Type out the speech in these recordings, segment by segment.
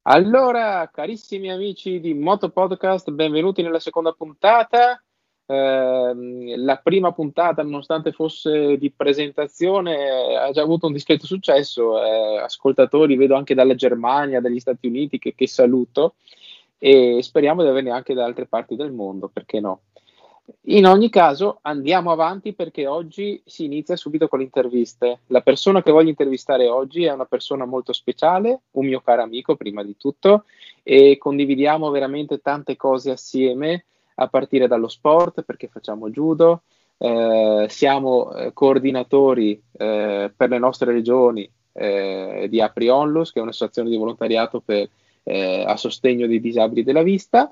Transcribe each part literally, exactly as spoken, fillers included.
Allora, carissimi amici di Moto Podcast, benvenuti nella seconda puntata. Eh, la prima puntata, nonostante fosse di presentazione, ha già avuto un discreto successo. Eh, ascoltatori vedo anche dalla Germania, dagli Stati Uniti, che, che saluto, e speriamo di averne anche da altre parti del mondo, perché no? In ogni caso, andiamo avanti perché oggi si inizia subito con le interviste. La persona che voglio intervistare oggi è una persona molto speciale, un mio caro amico prima di tutto, e condividiamo veramente tante cose assieme, a partire dallo sport, perché facciamo judo, eh, siamo eh, coordinatori eh, per le nostre regioni eh, di Apri Onlus, che è un'associazione di volontariato per, eh, a sostegno dei disabili della vista.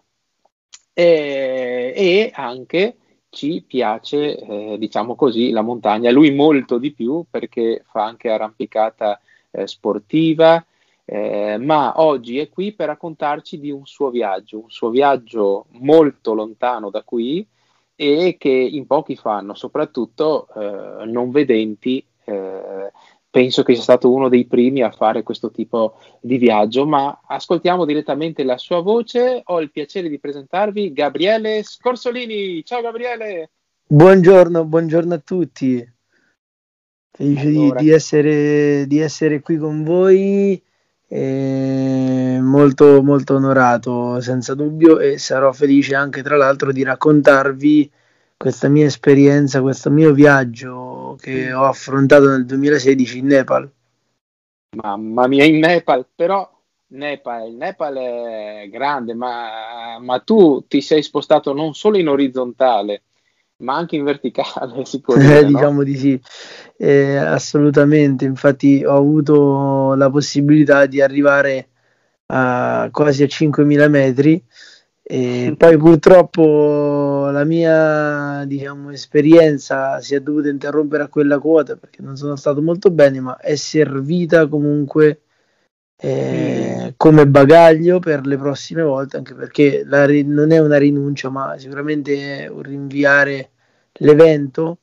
E, e anche ci piace, eh, diciamo così, la montagna. Lui molto di più perché fa anche arrampicata eh, sportiva, eh, ma oggi è qui per raccontarci di un suo viaggio, un suo viaggio molto lontano da qui e che in pochi fanno, soprattutto eh, non vedenti. Eh, penso che sia stato uno dei primi a fare questo tipo di viaggio, ma ascoltiamo direttamente la sua voce. Ho il piacere di presentarvi Gabriele Scorsolini. Ciao Gabriele! Buongiorno, buongiorno a tutti. Felice Allora, di, di essere, di essere qui con voi, e molto, molto onorato senza dubbio, e sarò felice anche tra l'altro di raccontarvi questa mia esperienza, questo mio viaggio che ho affrontato nel duemilasedici in Nepal. mamma mia, in Nepal, però Nepal, il Nepal è grande, ma, ma tu ti sei spostato non solo in orizzontale, ma anche in verticale, si può Eh, dire, no? diciamo di sì, eh, assolutamente. Infatti ho avuto la possibilità di arrivare a quasi a cinquemila metri, e poi purtroppo la mia, diciamo, esperienza si è dovuta interrompere a quella quota perché non sono stato molto bene, ma è servita comunque Mm. eh, come bagaglio per le prossime volte, anche perché la ri- non è una rinuncia, ma sicuramente è un rinviare l'evento,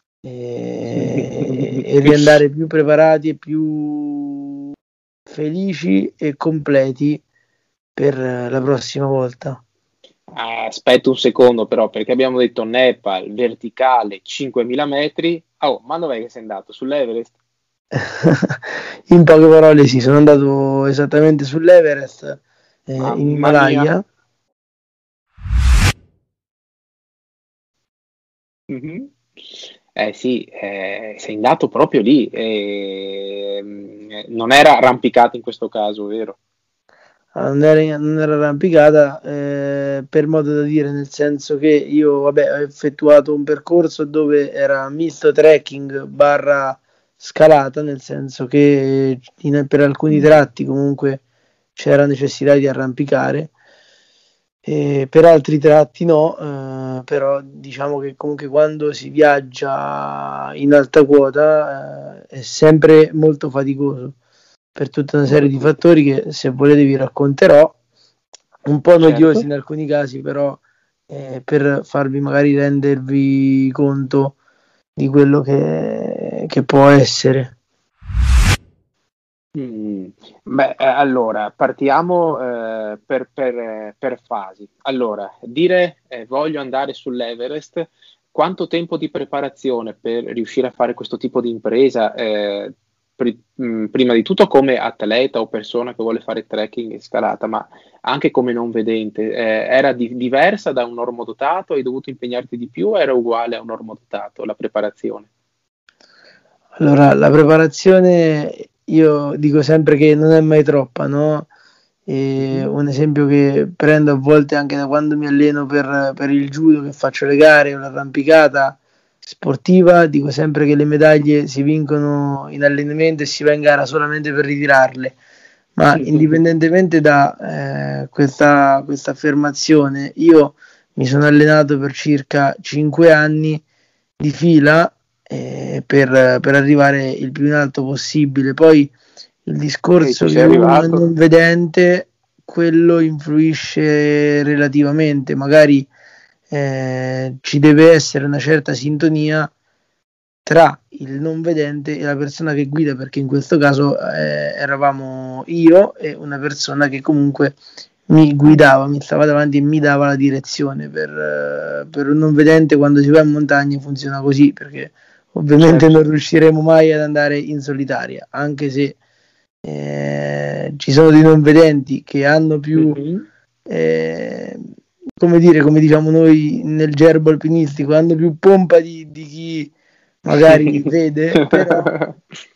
e, e riandare più preparati e più felici e completi per la prossima volta. Ah, aspetta un secondo però, perché abbiamo detto Nepal, verticale, cinquemila metri. Oh, ma dov'è che sei andato? Sull'Everest? In poche parole, sì, sono andato esattamente sull'Everest, eh, in Mamma mia. Himalaya. Mhm. Eh sì, eh, sei andato proprio lì. Eh, non era arrampicato in questo caso, vero? Non era, non era arrampicata, eh, per modo da dire, nel senso che io, vabbè, ho effettuato un percorso dove era misto trekking barra scalata, nel senso che in- per alcuni tratti comunque c'era necessità di arrampicare, e per altri tratti no, eh, però diciamo che comunque quando si viaggia in alta quota, eh, è sempre molto faticoso per tutta una serie di fattori che, se volete, vi racconterò, un po' noiosi Certo. in alcuni casi, però eh, per farvi magari rendervi conto di quello che, che può essere. Mm. Beh, eh, allora, partiamo eh, per, per, eh, per fasi. Allora, dire eh, voglio andare sull'Everest, quanto tempo di preparazione per riuscire a fare questo tipo di impresa? Eh, pri- mh, prima di tutto come atleta o persona che vuole fare trekking e scalata, ma anche come non vedente, eh, era di- diversa da un normodotato? Hai dovuto impegnarti di più o era uguale a un normodotato la preparazione? Allora, la preparazione, io dico sempre che non è mai troppa, no? E Mhm. un esempio che prendo a volte anche da quando mi alleno per, per il judo, che faccio le gare o l'arrampicata sportiva, dico sempre che le medaglie si vincono in allenamento e si va in gara solamente per ritirarle. Ma indipendentemente da eh, questa, questa affermazione, io mi sono allenato per circa cinque anni di fila, eh, per, per arrivare il più in alto possibile. Poi il E discorso ci che sei uno è arrivato? non vedente, quello influisce relativamente, magari eh, ci deve essere una certa sintonia tra il non vedente e la persona che guida, perché in questo caso eh, eravamo io e una persona che comunque mi guidava, mi stava davanti e mi dava la direzione. Per, eh, per un non vedente quando si va in montagna funziona così, perché ovviamente certo. non riusciremo mai ad andare in solitaria, anche se eh, ci sono dei non vedenti che hanno più mm-hmm. eh, come dire, come diciamo noi nel gergo alpinistico, hanno più pompa di, di chi magari vede, però,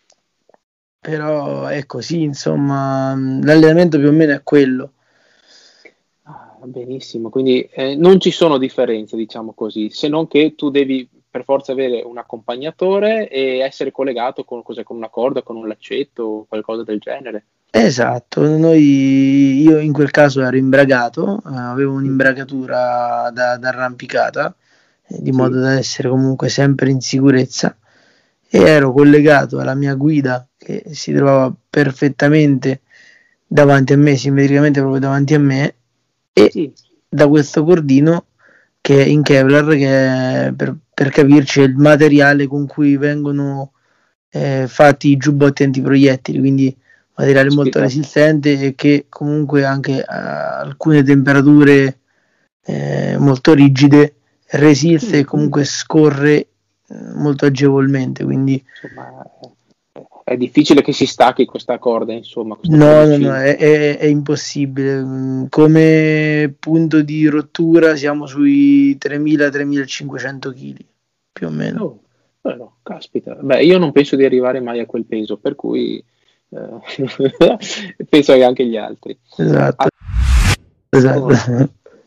però è così, insomma, l'allenamento più o meno è quello. Ah, benissimo, quindi eh, non ci sono differenze, diciamo così, se non che tu devi per forza avere un accompagnatore e essere collegato con, cos'è, con una corda, con un laccetto o qualcosa del genere. Esatto, noi, io in quel caso ero imbragato, eh, avevo un'imbragatura da, da arrampicata, eh, di sì. modo da essere comunque sempre in sicurezza, e ero collegato alla mia guida che si trovava perfettamente davanti a me, simmetricamente proprio davanti a me, e sì. da questo cordino che è in Kevlar, che è, per, per capirci, è il materiale con cui vengono eh, fatti i giubbotti antiproiettili, quindi materiale molto resistente e che comunque anche a alcune temperature eh, molto rigide resiste e comunque scorre eh, molto agevolmente, quindi insomma è difficile che si stacchi questa corda, insomma. No, no, no, è, è, è impossibile. Come punto di rottura siamo sui tremila tremilacinquecento kg più o meno. Oh, bueno, caspita, beh, io non penso di arrivare mai a quel peso, per cui eh, penso che anche gli altri. Esatto. Esatto.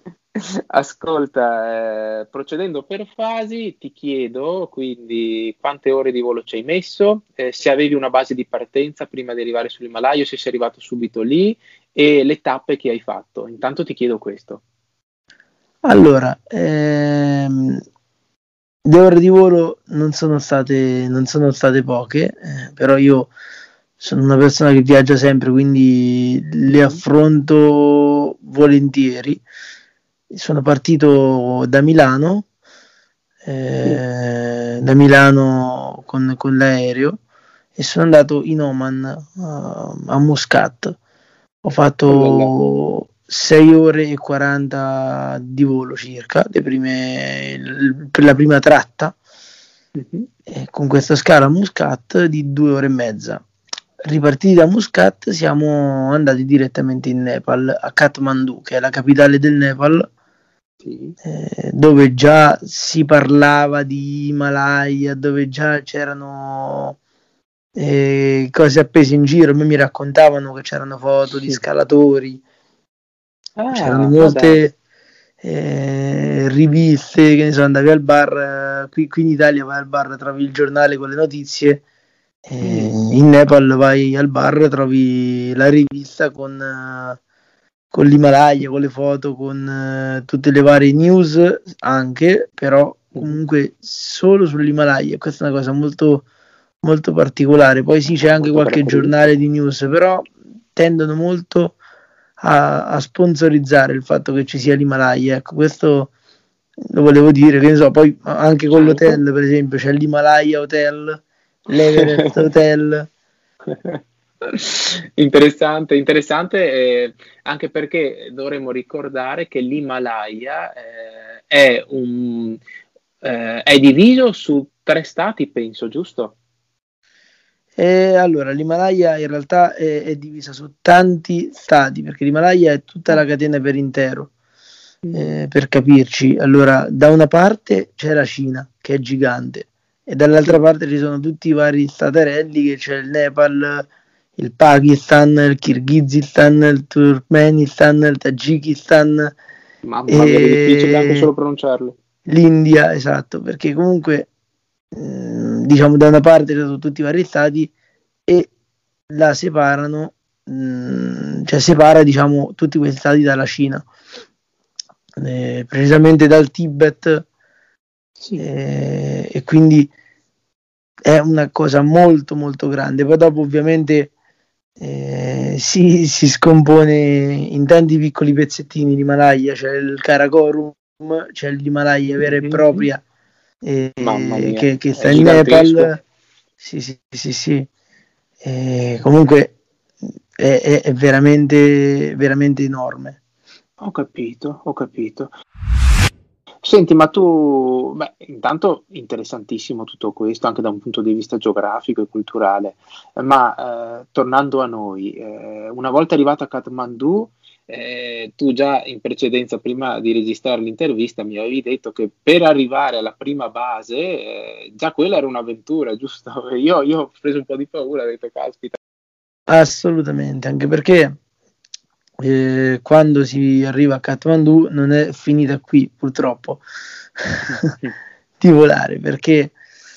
Ascolta, eh, procedendo per fasi, ti chiedo quindi quante ore di volo ci hai messo, eh, se avevi una base di partenza prima di arrivare sull'Himalaya, se sei arrivato subito lì, e le tappe che hai fatto. Intanto ti chiedo questo. Allora, ehm, le ore di volo non sono state, non sono state poche, eh, però io sono una persona che viaggia sempre, quindi le affronto volentieri. Sono partito da Milano, eh, da Milano con, con l'aereo e sono andato in Oman, uh, a Muscat. Ho fatto sei ore e quaranta di volo circa, le prime, per la prima tratta, uh-huh. e con questa scala a Muscat di due ore e mezza. Ripartiti da Muscat siamo andati direttamente in Nepal, a Kathmandu, che è la capitale del Nepal, sì. eh, dove già si parlava di Himalaya, dove già c'erano eh, cose appese in giro. A me mi raccontavano che c'erano foto sì. di scalatori, ah, c'erano molte eh, riviste, che ne so, andavi al bar, qui, qui in Italia vai al bar, trovi il giornale con le notizie. Eh, in Nepal vai al bar, trovi la rivista con, uh, con l'Himalaya, con le foto, con uh, tutte le varie news anche, però comunque solo sull'Himalaya. Questa è una cosa molto, molto particolare. Poi sì, c'è anche qualche giornale di news, però tendono molto a, a sponsorizzare il fatto che ci sia l'Himalaya. Ecco, questo lo volevo dire, che ne so, poi anche con l'hotel, per esempio, c'è l'Himalaya Hotel, l'Everest Hotel. Interessante, interessante eh, anche perché dovremmo ricordare che l'Himalaya eh, è, un, eh, è diviso su tre stati, penso, giusto? E allora, l'Himalaya in realtà è, è divisa su tanti stati, perché l'Himalaya è tutta la catena per intero. Eh, per capirci, allora, da una parte c'è la Cina, che è gigante, e dall'altra parte ci sono tutti i vari staterelli, che c'è il Nepal, il Pakistan, il Kirghizistan, il Turkmenistan, il Tagikistan, mamma mia, è difficile anche solo pronunciarlo. L'India, esatto, perché comunque mh, diciamo da una parte ci sono tutti i vari stati e la separano, mh, cioè separa diciamo tutti questi stati dalla Cina, eh, precisamente dal Tibet. Sì. Eh, e quindi è una cosa molto molto grande. Poi dopo ovviamente eh, si, si scompone in tanti piccoli pezzettini l'Himalaya. C'è il Karakorum, c'è l'Himalaya vera e propria, eh, Mamma mia, che, che sta è in gigantesco. Nepal. Sì, sì, sì, sì. Eh, comunque è, è- è veramente, veramente enorme. Ho capito, ho capito. Senti, ma tu, beh, intanto interessantissimo tutto questo, anche da un punto di vista geografico e culturale, ma eh, tornando a noi, eh, una volta arrivato a Kathmandu, eh, tu già in precedenza, prima di registrare l'intervista, mi avevi detto che per arrivare alla prima base, eh, già quella era un'avventura, giusto? Io, io ho preso un po' di paura, ho detto, caspita. Assolutamente, anche perché eh, quando si arriva a Kathmandu non è finita qui, purtroppo, di volare, perché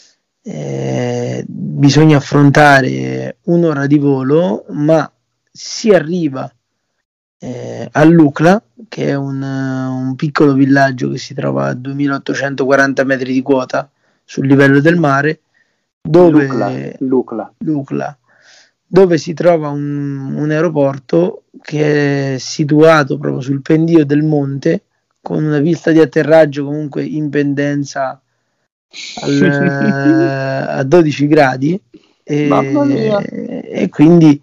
eh, bisogna affrontare un'ora di volo, ma si arriva eh, a Lukla, che è un, un piccolo villaggio che si trova a duemilaottocentoquaranta metri di quota sul livello del mare, Lucla, dove Lucla. Lukla, dove si trova un, un aeroporto che è situato proprio sul pendio del monte, con una pista di atterraggio comunque in pendenza al, a dodici gradi, Mamma mia. e, e quindi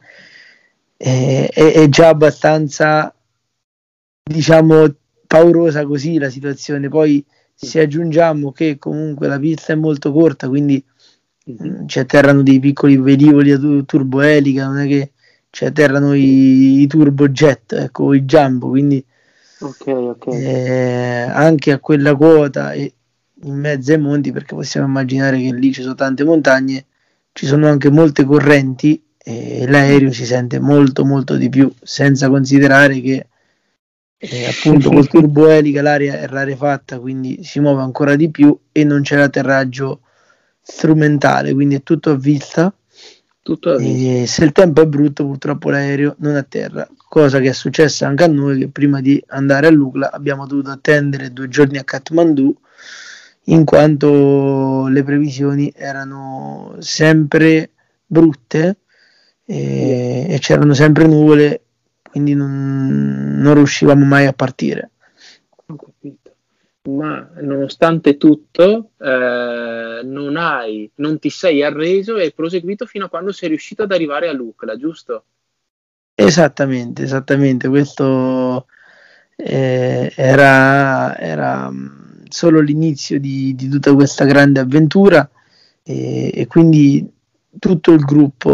è, è, è già abbastanza, diciamo, paurosa così la situazione. Poi se aggiungiamo che comunque la pista è molto corta, quindi Mhm. mh, ci atterrano dei piccoli velivoli a tu- turboelica, non è che ci atterrano Sì. i, i turbojet, ecco, i jumbo, quindi Ok, ok. eh, anche a quella quota e in mezzo ai monti, perché possiamo immaginare che lì ci sono tante montagne, ci sono anche molte correnti e l'aereo si sente molto molto di più, senza considerare che eh, appunto col turboelica l'aria è rarefatta, quindi si muove ancora di più e non c'è l'atterraggio strumentale, quindi è tutto a vista. Tutto a vista. E se il tempo è brutto, purtroppo l'aereo non atterra, cosa che è successa anche a noi, che prima di andare a Lukla abbiamo dovuto attendere due giorni a Kathmandu, in quanto le previsioni erano sempre brutte Via. e, e c'erano sempre nuvole, quindi non, non riuscivamo mai a partire. Ho capito. Ma nonostante tutto, eh, non hai, non ti sei arreso e hai proseguito fino a quando sei riuscito ad arrivare a Lucla, giusto? Esattamente, esattamente, questo eh, era, era mh, solo l'inizio di, di tutta questa grande avventura e, e quindi tutto il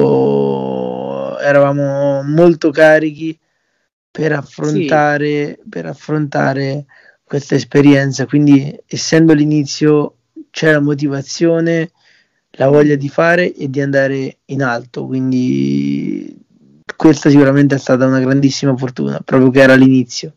gruppo eravamo molto carichi per Sì. affrontare, per affrontare questa esperienza, quindi essendo l'inizio c'è la motivazione, la voglia Mm. di fare e di andare in alto, quindi questa sicuramente è stata una grandissima fortuna, proprio che era l'inizio.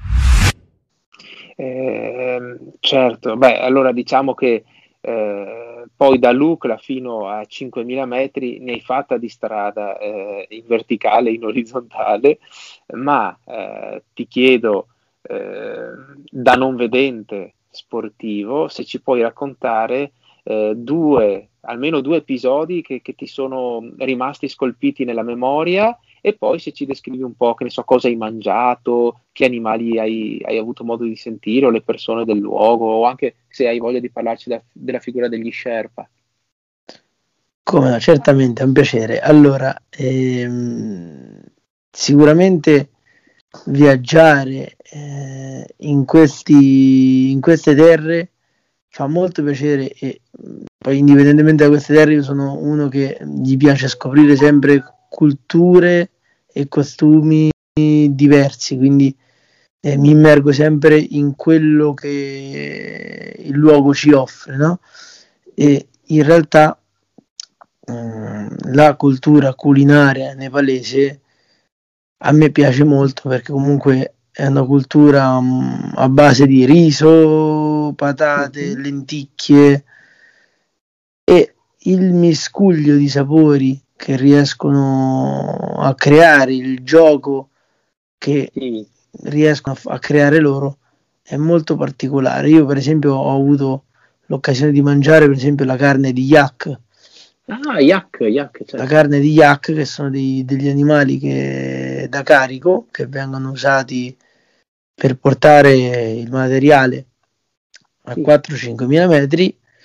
Eh, certo, beh, allora diciamo che eh, poi da Lucla fino a cinquemila metri ne hai fatta di strada eh, in verticale, in orizzontale, ma eh, ti chiedo eh, da non vedente sportivo se ci puoi raccontare eh, due, almeno due episodi che, che ti sono rimasti scolpiti nella memoria e poi se ci descrivi un po', che ne so, cosa hai mangiato, che animali hai, hai avuto modo di sentire, o le persone del luogo, o anche se hai voglia di parlarci da- della figura degli Sherpa. Come no, certamente, è un piacere. Allora, ehm, sicuramente viaggiare eh, in questi, in queste terre fa molto piacere e mh, poi indipendentemente da queste terre io sono uno che gli piace scoprire sempre culture e costumi diversi, quindi eh, mi immergo sempre in quello che il luogo ci offre, no? E in realtà mh, la cultura culinaria nepalese a me piace molto perché comunque è una cultura mh, a base di riso, patate, Mhm. lenticchie e il miscuglio di sapori che riescono a creare, il gioco che Sì. riescono a, a creare loro è molto particolare. Io per esempio ho avuto l'occasione di mangiare per esempio la carne di yak, Ah, yak, yak, la certo. carne di yak che sono dei, degli animali che, da carico che vengono usati per portare il materiale a Sì. quattro cinque mila metri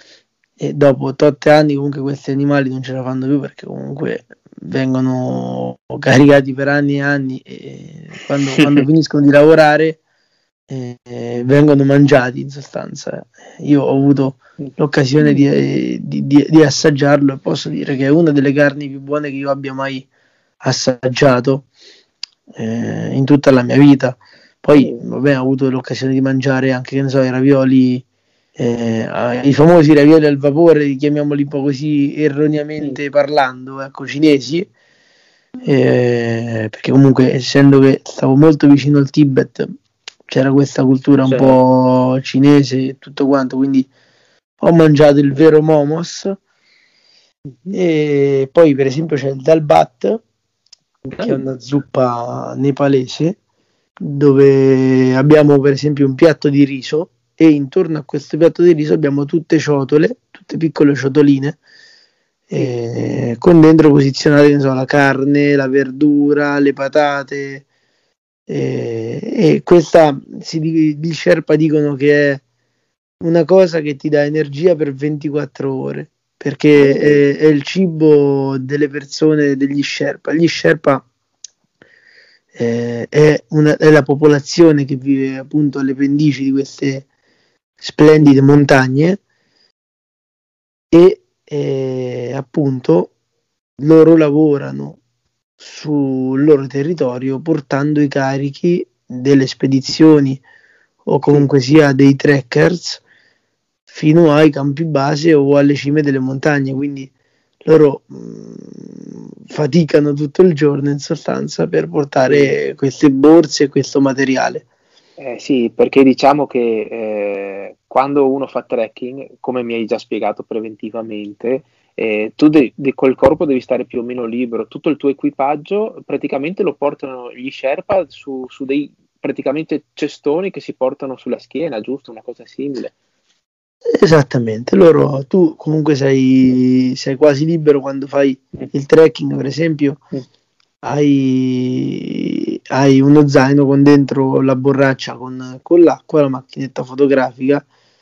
e dopo otto anni comunque questi animali non ce la fanno più, perché comunque vengono caricati per anni e anni, e quando, quando finiscono di lavorare eh, vengono mangiati in sostanza. Io ho avuto l'occasione di, di, di, di assaggiarlo e posso dire che è una delle carni più buone che io abbia mai assaggiato eh, in tutta la mia vita. Poi vabbè, ho avuto l'occasione di mangiare anche, che ne so, i ravioli, eh, i famosi ravioli al vapore, chiamiamoli un po' così erroneamente parlando, ecco, cinesi, eh, perché comunque essendo che stavo molto vicino al Tibet c'era questa cultura un certo. po' cinese e tutto quanto, quindi ho mangiato il vero momos. E poi per esempio c'è il dal bhat, che è una zuppa nepalese, dove abbiamo per esempio un piatto di riso e intorno a questo piatto di riso abbiamo tutte ciotole, tutte piccole ciotoline, eh, con dentro posizionate, ne so, la carne, la verdura, le patate, eh, e questa si, gli Sherpa dicono che è una cosa che ti dà energia per ventiquattro ore, perché è, è il cibo delle persone, degli Sherpa. Gli Sherpa eh, è, una, è la popolazione che vive appunto alle pendici di queste splendide montagne, e eh, appunto loro lavorano sul loro territorio portando i carichi delle spedizioni o comunque sia dei trekkers fino ai campi base o alle cime delle montagne, quindi loro mh, faticano tutto il giorno in sostanza per portare queste borse e questo materiale. Eh sì, perché diciamo che eh, quando uno fa trekking, come mi hai già spiegato preventivamente, eh, tu de- de- col corpo devi stare più o meno libero, tutto il tuo equipaggio praticamente lo portano gli Sherpa su, su dei praticamente cestoni che si portano sulla schiena, giusto? Una cosa simile. Esattamente, loro, tu comunque sei, sei quasi libero quando fai il trekking, per esempio, hai, hai uno zaino con dentro la borraccia con, con l'acqua, la macchinetta fotografica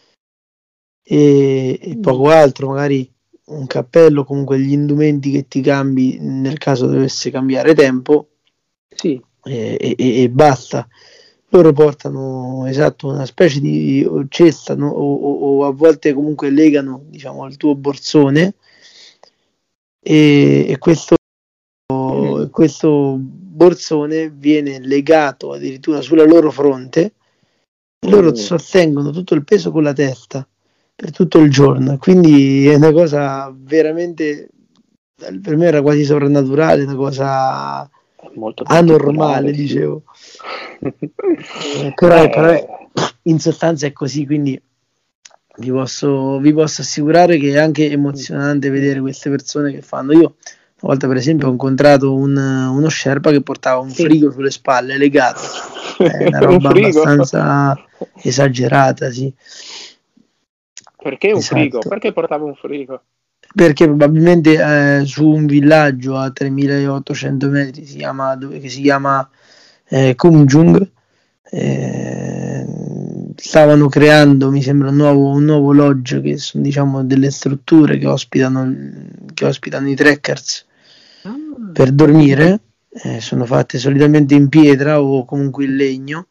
e, e poco altro, magari un cappello, comunque gli indumenti che ti cambi nel caso dovesse cambiare tempo, sì. e, e, e basta. Loro portano esatto una specie di cesta, no? o, o, o a volte comunque legano, diciamo, il tuo borsone, e, e questo, mm. questo borsone viene legato addirittura sulla loro fronte, e loro mm. sostengono tutto il peso con la testa per tutto il giorno, quindi è una cosa veramente, per me era quasi soprannaturale, una cosa molto anormale, dicevo. eh, però, eh, però in sostanza è così, quindi vi posso, vi posso assicurare che è anche emozionante vedere queste persone che fanno. Io una volta per esempio ho incontrato un, uno Sherpa che portava un frigo sulle spalle legato, è una roba un abbastanza esagerata, sì. Perché un esatto. frigo? Perché portava un frigo? Perché probabilmente eh, su un villaggio a tremilaottocento metri si chiama, dove, che si chiama eh, Kumjung, eh, stavano creando, mi sembra, un nuovo, un nuovo lodge, che sono, diciamo, delle strutture che ospitano, che ospitano i trekkers ah. per dormire, eh, sono fatte solitamente in pietra o comunque in legno,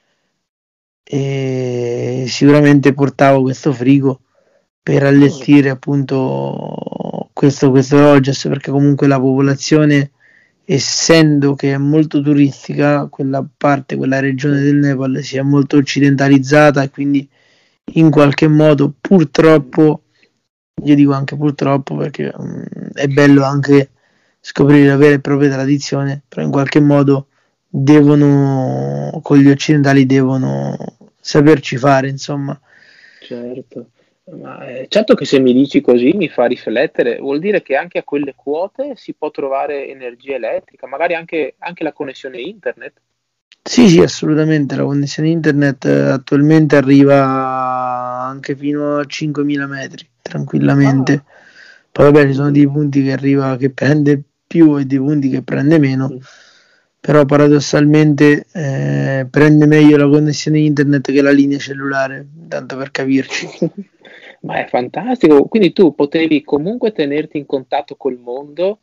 e sicuramente portavo questo frigo per allestire appunto questo, questo lodges, perché comunque la popolazione, essendo che è molto turistica, quella parte, quella regione del Nepal si è molto occidentalizzata, e quindi in qualche modo purtroppo, io dico anche purtroppo perché um, è bello anche scoprire la vera e propria tradizione, però in qualche modo devono, con gli occidentali devono saperci fare, insomma. Certo. Ma eh, certo che se mi dici così mi fa riflettere, vuol dire che anche a quelle quote si può trovare energia elettrica, magari anche, anche la connessione internet? Sì, sì, assolutamente, la connessione internet eh, attualmente arriva anche fino a cinquemila metri, tranquillamente. Ah. Poi vabbè, ci sono dei punti che arriva, che prende più, e dei punti che prende meno, mm. però paradossalmente eh, prende meglio la connessione internet che la linea cellulare, tanto per capirci. Ma è fantastico, quindi tu potevi comunque tenerti in contatto col mondo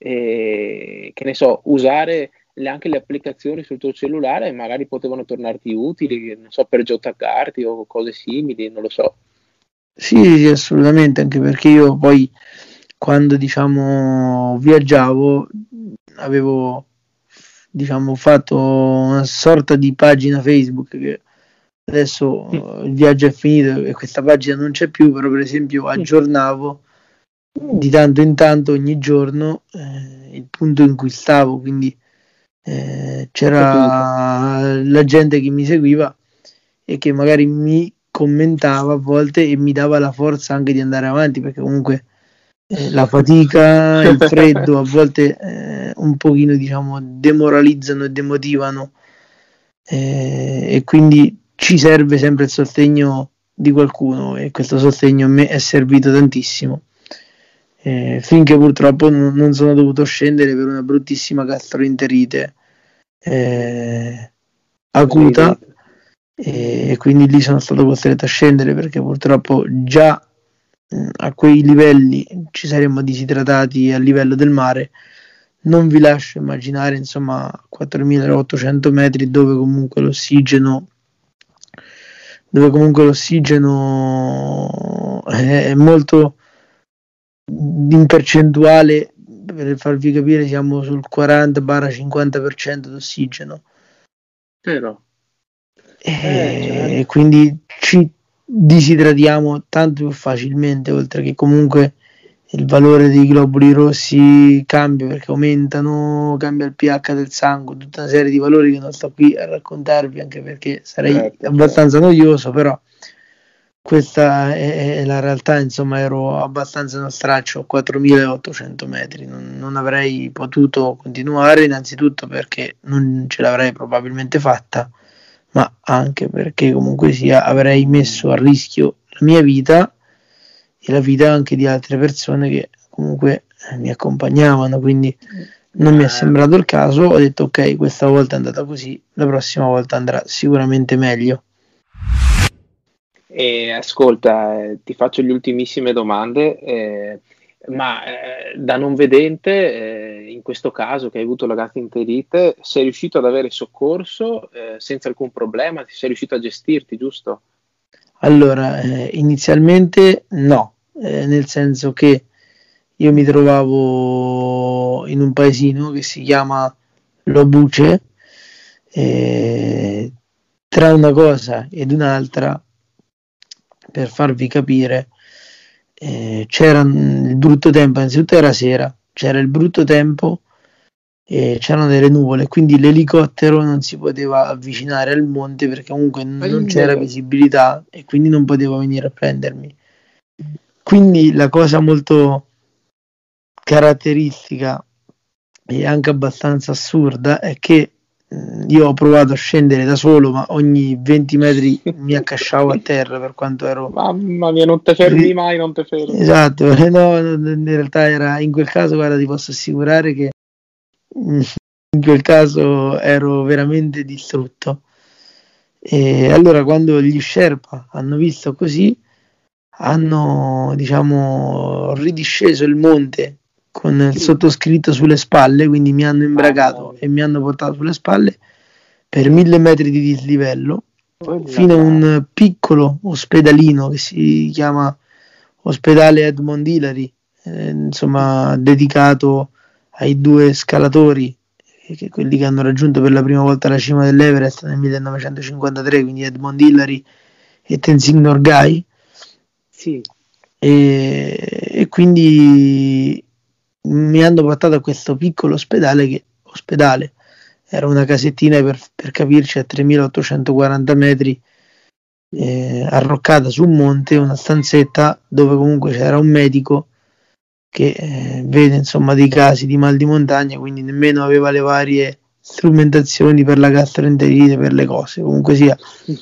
e, che ne so, usare le- anche le applicazioni sul tuo cellulare e magari potevano tornarti utili, non so, per geotaggarti o cose simili, non lo so. Sì, sì, assolutamente, anche perché io poi quando diciamo viaggiavo avevo diciamo fatto una sorta di pagina Facebook che Mm, adesso eh, il viaggio è finito e questa pagina non c'è più, però per esempio mm, aggiornavo di tanto in tanto ogni giorno eh, il punto in cui stavo, quindi eh, ho capito. c'era la gente che mi seguiva e che magari mi commentava a volte e mi dava la forza anche di andare avanti, perché comunque eh, la fatica, il freddo a volte eh, un pochino diciamo demoralizzano e demotivano eh, e quindi ci serve sempre il sostegno di qualcuno e questo sostegno a me è servito tantissimo. Eh, finché purtroppo non, non sono dovuto scendere per una bruttissima gastroenterite eh, acuta Maledetto. e quindi lì sono stato costretto a scendere perché purtroppo già mh, a quei livelli ci saremmo disidratati a livello del mare. Non vi lascio immaginare, insomma, quattromilaottocento metri dove comunque l'ossigeno dove comunque l'ossigeno è molto in percentuale, per farvi capire, siamo sul quaranta cinquanta per cento d'ossigeno Vero? Eh, e certo. quindi ci disidratiamo tanto più facilmente, oltre che comunque il valore dei globuli rossi cambia perché aumentano, cambia il pH del sangue, tutta una serie di valori che non sto qui a raccontarvi anche perché sarei Certo, certo. abbastanza noioso, però questa è, è la realtà, insomma ero abbastanza in straccio a quattromilaottocento metri, non, non avrei potuto continuare innanzitutto perché non ce l'avrei probabilmente fatta, ma anche perché comunque sia avrei messo a rischio la mia vita e la vita anche di altre persone che comunque mi accompagnavano, quindi non mi è Ma sembrato il caso, ho detto ok, questa volta è andata così, la prossima volta andrà sicuramente meglio. E ascolta, eh, ti faccio le ultimissime domande, eh, ma eh, da non vedente, eh, in questo caso che hai avuto la gastroenterite, sei riuscito ad avere soccorso eh, senza alcun problema? Sei riuscito a gestirti, giusto? Allora, eh, inizialmente no, eh, nel senso che io mi trovavo in un paesino che si chiama Lobuce, e tra una cosa ed un'altra, per farvi capire, eh, c'era il brutto tempo, innanzitutto era sera, c'era il brutto tempo e c'erano delle nuvole, quindi l'elicottero non si poteva avvicinare al monte perché comunque non c'era Aia. visibilità e quindi non poteva venire a prendermi. Quindi la cosa molto caratteristica e anche abbastanza assurda è che mh, io ho provato a scendere da solo, ma ogni venti metri mi accasciavo a terra per quanto ero Mamma mia, non te fermi ri- mai, non te fermi. esatto, no, in realtà era in quel caso, guarda, ti posso assicurare che mh, in quel caso ero veramente distrutto. E allora quando gli Sherpa hanno visto così, hanno diciamo ridisceso il monte con il Mm, sottoscritto sulle spalle, quindi mi hanno mamma imbragato mia, e mi hanno portato sulle spalle per mille metri di dislivello quella fino a cavolo. un piccolo ospedalino che si chiama Ospedale Edmond Hillary, eh, insomma dedicato ai due scalatori, eh, che quelli che hanno raggiunto per la prima volta la cima dell'Everest nel millenovecentocinquantatré, quindi Edmond Hillary e Tenzing Norgay, Sì, e, e quindi mi hanno portato a questo piccolo ospedale che ospedale era una casettina per, per capirci a tremilaottocentoquaranta metri eh, arroccata su un monte, una stanzetta dove comunque c'era un medico che eh, vede insomma dei casi di mal di montagna, quindi nemmeno aveva le varie strumentazioni per la gastroenterite, per le cose. Comunque sia,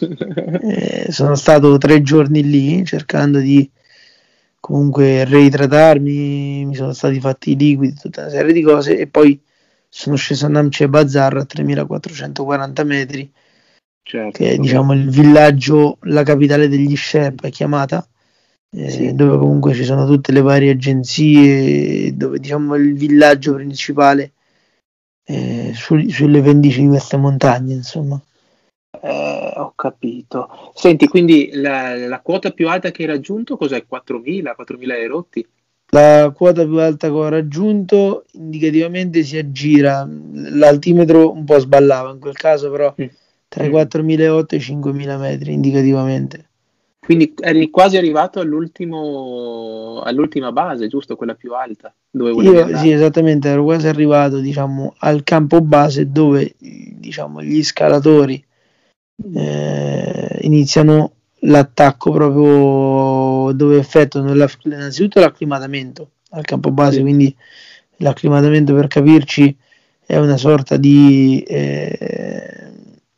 eh, sono stato tre giorni lì cercando di comunque reidratarmi, mi sono stati fatti i liquidi, tutta una serie di cose e poi sono sceso a Namche Bazar a tremilaquattrocentoquaranta metri, che è certo. diciamo il villaggio, la capitale degli Sherpa è chiamata, eh, Sì. dove comunque ci sono tutte le varie agenzie, dove diciamo il villaggio principale eh, su- sulle pendici di queste montagne, insomma. Eh, ho capito. Senti, quindi la, la quota più alta che hai raggiunto cos'è? quattromila, quattromila e rotti? La quota più alta che ho raggiunto indicativamente si aggira, l'altimetro un po' sballava in quel caso, però Mm. tra i Mm. quattromilaottocento e i cinquemila metri indicativamente. Quindi eri quasi arrivato all'ultimo, all'ultima base, giusto? Quella più alta, dove volevi Io sì, andare. esattamente, ero quasi arrivato, diciamo, al campo base dove, diciamo, gli scalatori eh, iniziano l'attacco proprio dove effettuano la- innanzitutto l'acclimatamento al campo base, Sì. quindi l'acclimatamento per capirci è una sorta di eh,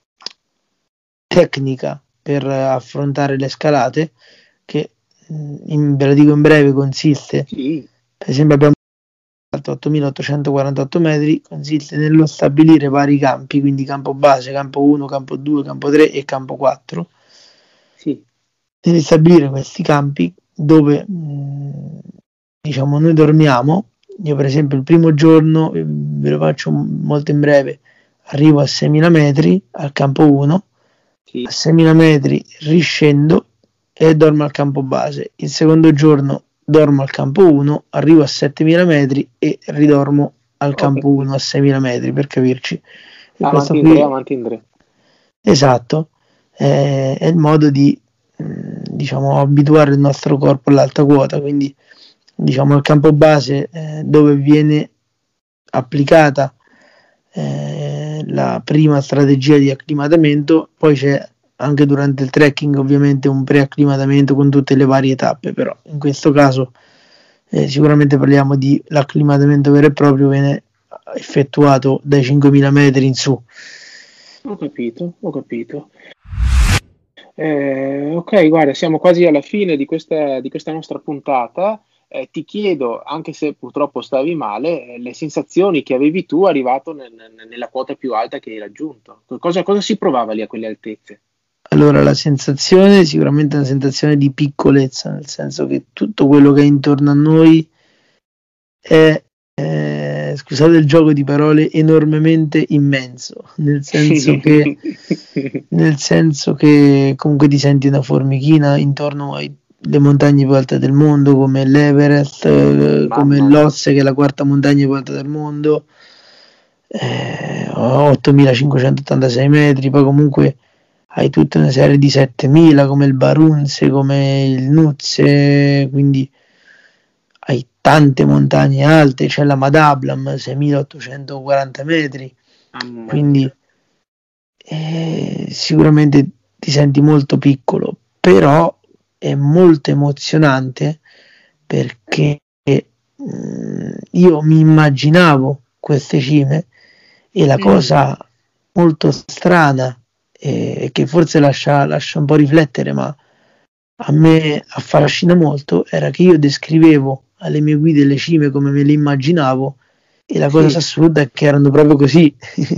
tecnica per affrontare le scalate che mh, in, ve la dico in breve consiste, Sì. per esempio abbiamo ottomilaottocentoquarantotto metri, consiste nello stabilire vari campi, quindi campo base, campo uno, campo due, campo tre e campo quattro, Sì. nel stabilire questi campi dove mh, diciamo noi dormiamo. Io per esempio il primo giorno, eh, ve lo faccio molto in breve, arrivo a seimila metri al campo uno, a Sì. seimila metri riscendo e dormo al campo base. Il secondo giorno dormo al campo uno, arrivo a settemila metri e ridormo al Ho campo uno a capito. seimila metri per capirci. E questo Avanti in tre, qui, avanti in tre. esatto, è, è il modo di mh, diciamo abituare il nostro corpo all'alta quota, quindi diciamo il campo base eh, dove viene applicata eh, la prima strategia di acclimatamento, poi c'è anche durante il trekking ovviamente un preacclimatamento con tutte le varie tappe, però in questo caso eh, sicuramente parliamo di l'acclimatamento vero e proprio, viene effettuato dai cinquemila metri in su. Ho capito, ho capito. Eh, ok, guarda, siamo quasi alla fine di questa, di questa nostra puntata. Eh, ti chiedo, anche se purtroppo stavi male, eh, le sensazioni che avevi tu arrivato nel- nel- nella quota più alta che hai raggiunto. Cosa, cosa si provava lì a quelle altezze? Allora, la sensazione sicuramente è una sensazione di piccolezza, nel senso che tutto quello che è intorno a noi è, eh, scusate il gioco di parole, enormemente immenso, nel senso che, nel senso che comunque ti senti una formichina intorno alle montagne più alte del mondo, come l'Everest, eh, come Mamma mia. l'Osse, che è la quarta montagna più alta del mondo, eh, ottomilacinquecentottantasei metri, poi comunque hai tutta una serie di settemila come il Barunze, come il Nuzze, quindi hai tante montagne alte, c'è la Madablam seimilaottocentoquaranta metri, Mamma quindi mia. eh, sicuramente ti senti molto piccolo, però è molto emozionante perché mh, io mi immaginavo queste cime e la Mm. cosa molto strana e che forse lascia, lascia un po' riflettere, ma a me affascina molto, era che io descrivevo alle mie guide le cime come me le immaginavo e la cosa Sì. assurda è che erano proprio così.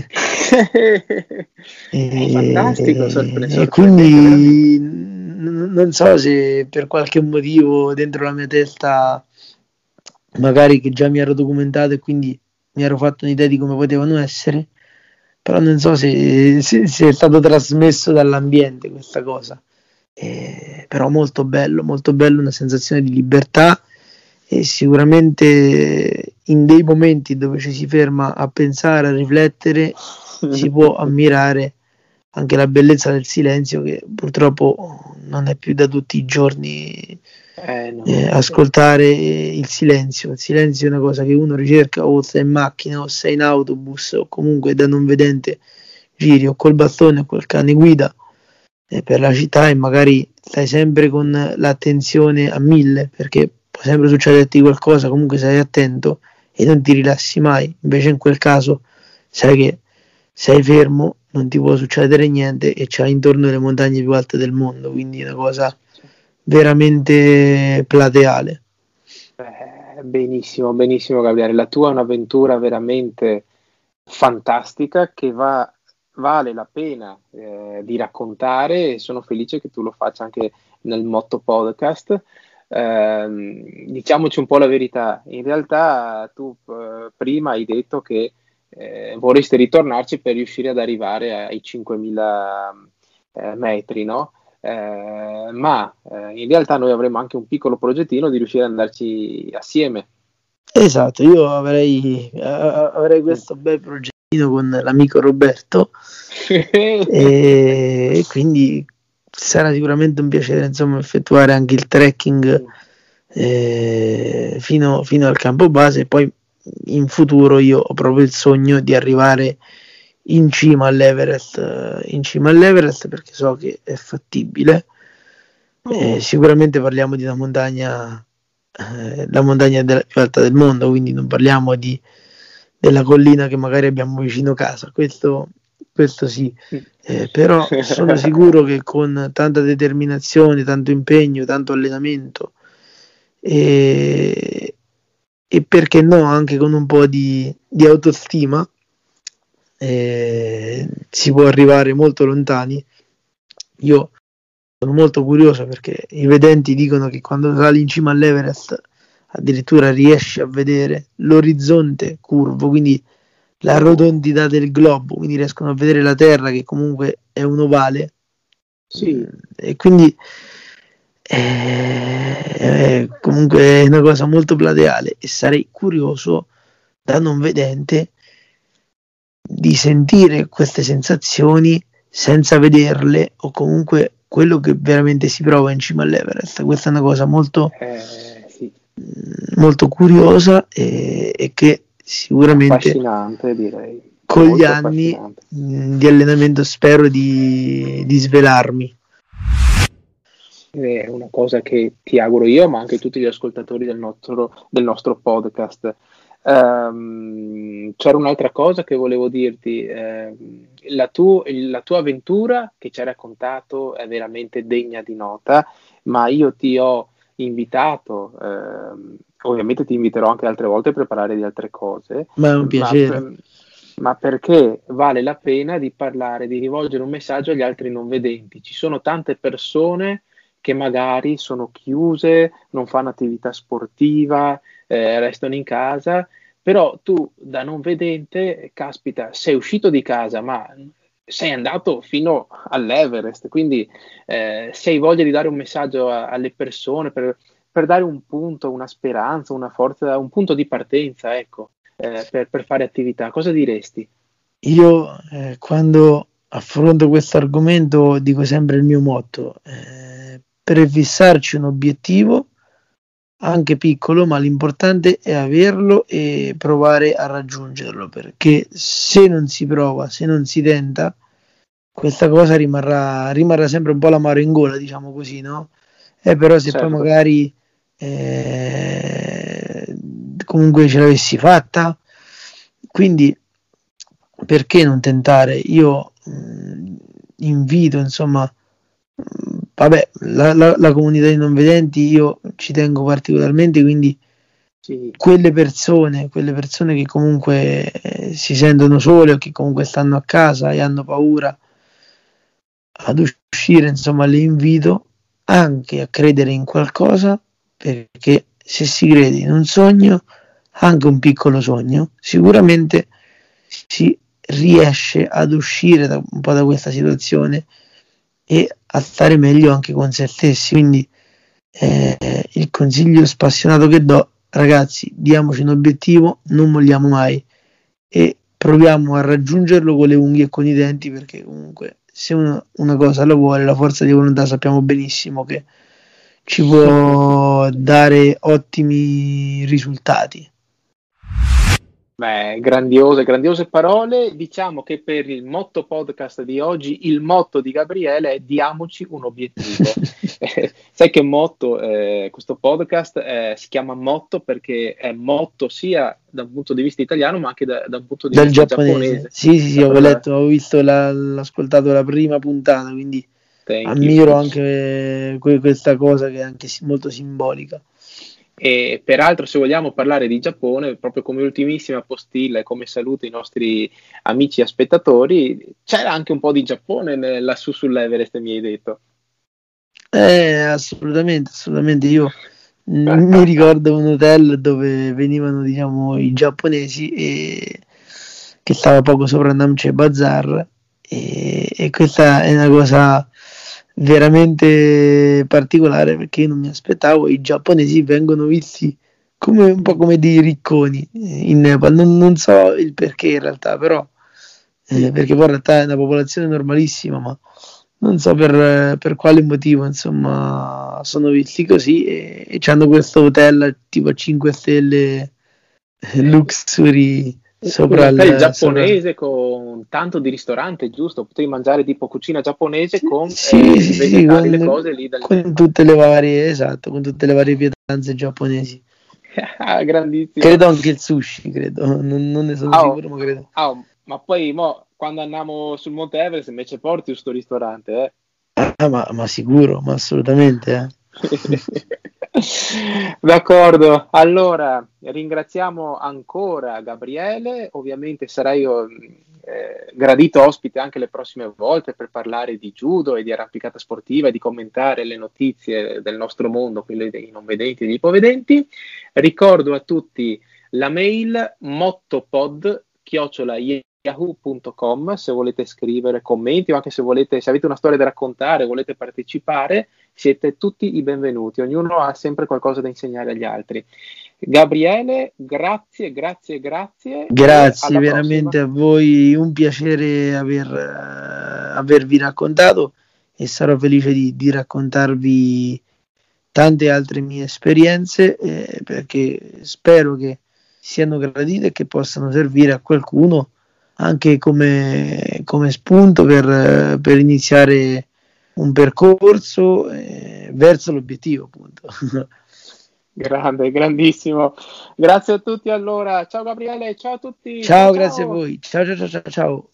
È fantastico, sorpre- e, e sorprendente, veramente. quindi n- non so se per qualche motivo dentro la mia testa, magari che già mi ero documentato e quindi mi ero fatto un'idea di come potevano essere, però non so se, se, se è stato trasmesso dall'ambiente questa cosa. Eh, però molto bello, molto bello, una sensazione di libertà e sicuramente in dei momenti dove ci si ferma a pensare, a riflettere, si può ammirare anche la bellezza del silenzio che purtroppo non è più da tutti i giorni Eh no. eh, ascoltare il silenzio. Il silenzio è una cosa che uno ricerca o sei in macchina o sei in autobus o comunque da non vedente giri o col bastone o col cane guida eh, per la città e magari stai sempre con l'attenzione a mille perché può sempre succederti qualcosa, comunque stai attento e non ti rilassi mai. Invece in quel caso sai che sei fermo, non ti può succedere niente e c'hai intorno le montagne più alte del mondo, quindi è una cosa veramente plateale. Eh, benissimo, benissimo Gabriele. La tua è un'avventura veramente fantastica che va, vale la pena eh, di raccontare e sono felice che tu lo faccia anche nel Motto Podcast. ehm, diciamoci un po' la verità, in realtà tu eh, prima hai detto che eh, vorresti ritornarci per riuscire ad arrivare ai cinquemila eh, metri, no? Eh, ma eh, in realtà noi avremo anche un piccolo progettino di riuscire ad andarci assieme. Esatto, io avrei, a- avrei questo bel progettino con l'amico Roberto e quindi sarà sicuramente un piacere, insomma, effettuare anche il trekking eh, fino, fino al campo base, e poi in futuro io ho proprio il sogno di arrivare in cima all'Everest, eh, in cima all'Everest perché so che è fattibile. Eh, sicuramente parliamo di una montagna, eh, la montagna della, più alta del mondo, quindi non parliamo di, della collina che magari abbiamo vicino casa, questo, questo sì, eh, però sono sicuro che con tanta determinazione, tanto impegno, tanto allenamento e, e perché no, anche con un po' di, di autostima, eh, si può arrivare molto lontani. Io sono molto curioso perché i vedenti dicono che quando sali in cima all'Everest addirittura riesci a vedere l'orizzonte curvo, quindi la rotondità del globo, quindi riescono a vedere la Terra che comunque è un ovale. Sì. E quindi è, è comunque una cosa molto plateale e sarei curioso da non vedente di sentire queste sensazioni senza vederle, o comunque quello che veramente si prova in cima all'Everest. Questa è una cosa molto, eh, sì. molto curiosa e, e che sicuramente affascinante, direi. Con Molto gli anni mh, di allenamento spero di, di svelarmi. È una cosa che ti auguro io, ma anche tutti gli ascoltatori del nostro, del nostro podcast. Um, c'era un'altra cosa che volevo dirti. Uh, la, tu, la tua avventura che ci hai raccontato è veramente degna di nota, ma io ti ho invitato, uh, ovviamente ti inviterò anche altre volte a preparare di altre cose, ma è un piacere. Ma, ma perché vale la pena di parlare, di rivolgere un messaggio agli altri non vedenti. Ci sono tante persone che magari sono chiuse, non fanno attività sportiva, eh, restano in casa, però tu da non vedente, caspita, sei uscito di casa, ma sei andato fino all'Everest, quindi eh, se hai voglia di dare un messaggio a, alle persone per, per dare un punto, una speranza, una forza, un punto di partenza, ecco, eh, per, per fare attività, cosa diresti? Io eh, quando affronto questo argomento dico sempre il mio motto, eh, prefissarci un obiettivo anche piccolo, ma l'importante è averlo e provare a raggiungerlo, perché se non si prova, se non si tenta, questa cosa rimarrà, rimarrà sempre un po' l'amaro in gola, diciamo così, no? Eh, però se Certo. poi magari eh, comunque ce l'avessi fatta, quindi perché non tentare? Io mh, invito, insomma, mh, vabbè, la, la, la comunità di non vedenti io ci tengo particolarmente, quindi sì. quelle persone, quelle persone che comunque eh, si sentono sole o che comunque stanno a casa e hanno paura ad uscire, insomma, le invito anche a credere in qualcosa, perché se si crede in un sogno, anche un piccolo sogno, sicuramente si riesce ad uscire da, un po' da questa situazione e a stare meglio anche con se stessi. Quindi eh, il consiglio spassionato che do, ragazzi, diamoci un obiettivo, non molliamo mai e proviamo a raggiungerlo con le unghie e con i denti, perché comunque se uno una cosa la vuole, la forza di volontà sappiamo benissimo che ci può dare ottimi risultati. Beh, grandiose, grandiose parole. Diciamo che per il motto podcast di oggi, il motto di Gabriele è diamoci un obiettivo. eh, sai che motto, eh, questo podcast eh, si chiama motto perché è motto sia da un punto di vista italiano ma anche da, da un punto di Dal vista giapponese. giapponese. Sì, sì, sì, ho letto, ho visto, la, l'ho ascoltato la prima puntata, quindi Thank ammiro you. anche que- questa cosa che è anche molto simbolica. E peraltro, se vogliamo parlare di Giappone, proprio come ultimissima postilla e come saluto i nostri amici e spettatori, c'era anche un po' di Giappone lassù sull'Everest, mi hai detto. Eh, assolutamente, assolutamente. Io mi ricordo un hotel dove venivano, diciamo, i giapponesi, e che stava poco sopra Namche Bazaar, e, e questa è una cosa veramente particolare, perché io non mi aspettavo. I giapponesi vengono visti come un po' come dei ricconi in Nepal, non, non so il perché in realtà, però eh, perché poi in realtà è una popolazione normalissima, ma non so per, per quale motivo, insomma, sono visti così, e, e hanno questo hotel tipo a cinque stelle, eh, luxury sopra un hotel il sopra... giapponese con tanto di ristorante, giusto? Potevi mangiare tipo cucina giapponese con Sì, eh, sì, i sì, vegetali, le con, cose lì dal con Nepal. tutte le varie, esatto, con tutte le varie pietanze giapponesi. Grandissimo. Credo anche il sushi, credo, non, non ne sono Ah, oh, sicuro, ma credo. ah, oh, ma poi mo, quando andiamo sul Monte Everest invece porti questo ristorante, eh? Ah, ma, ma sicuro, ma assolutamente, eh. D'accordo, allora ringraziamo ancora Gabriele, ovviamente sarai eh, gradito ospite anche le prossime volte per parlare di judo e di arrampicata sportiva e di commentare le notizie del nostro mondo, quelle dei non vedenti e degli ipovedenti. Ricordo a tutti la mail mottopod chiocciola yahoo punto com se volete scrivere commenti o anche se volete, se avete una storia da raccontare, volete partecipare, siete tutti i benvenuti, ognuno ha sempre qualcosa da insegnare agli altri. Gabriele, grazie, grazie, grazie. Grazie Alla veramente prossima. a voi, un piacere aver, eh, avervi raccontato, e sarò felice di, di raccontarvi tante altre mie esperienze, eh, perché spero che siano gradite e che possano servire a qualcuno anche come, come spunto per, per iniziare un percorso eh, verso l'obiettivo, appunto. Grande, grandissimo. Grazie a tutti allora. Ciao Gabriele, ciao a tutti. Ciao Ciao, grazie a ciao. voi. Ciao, ciao, ciao, ciao, ciao.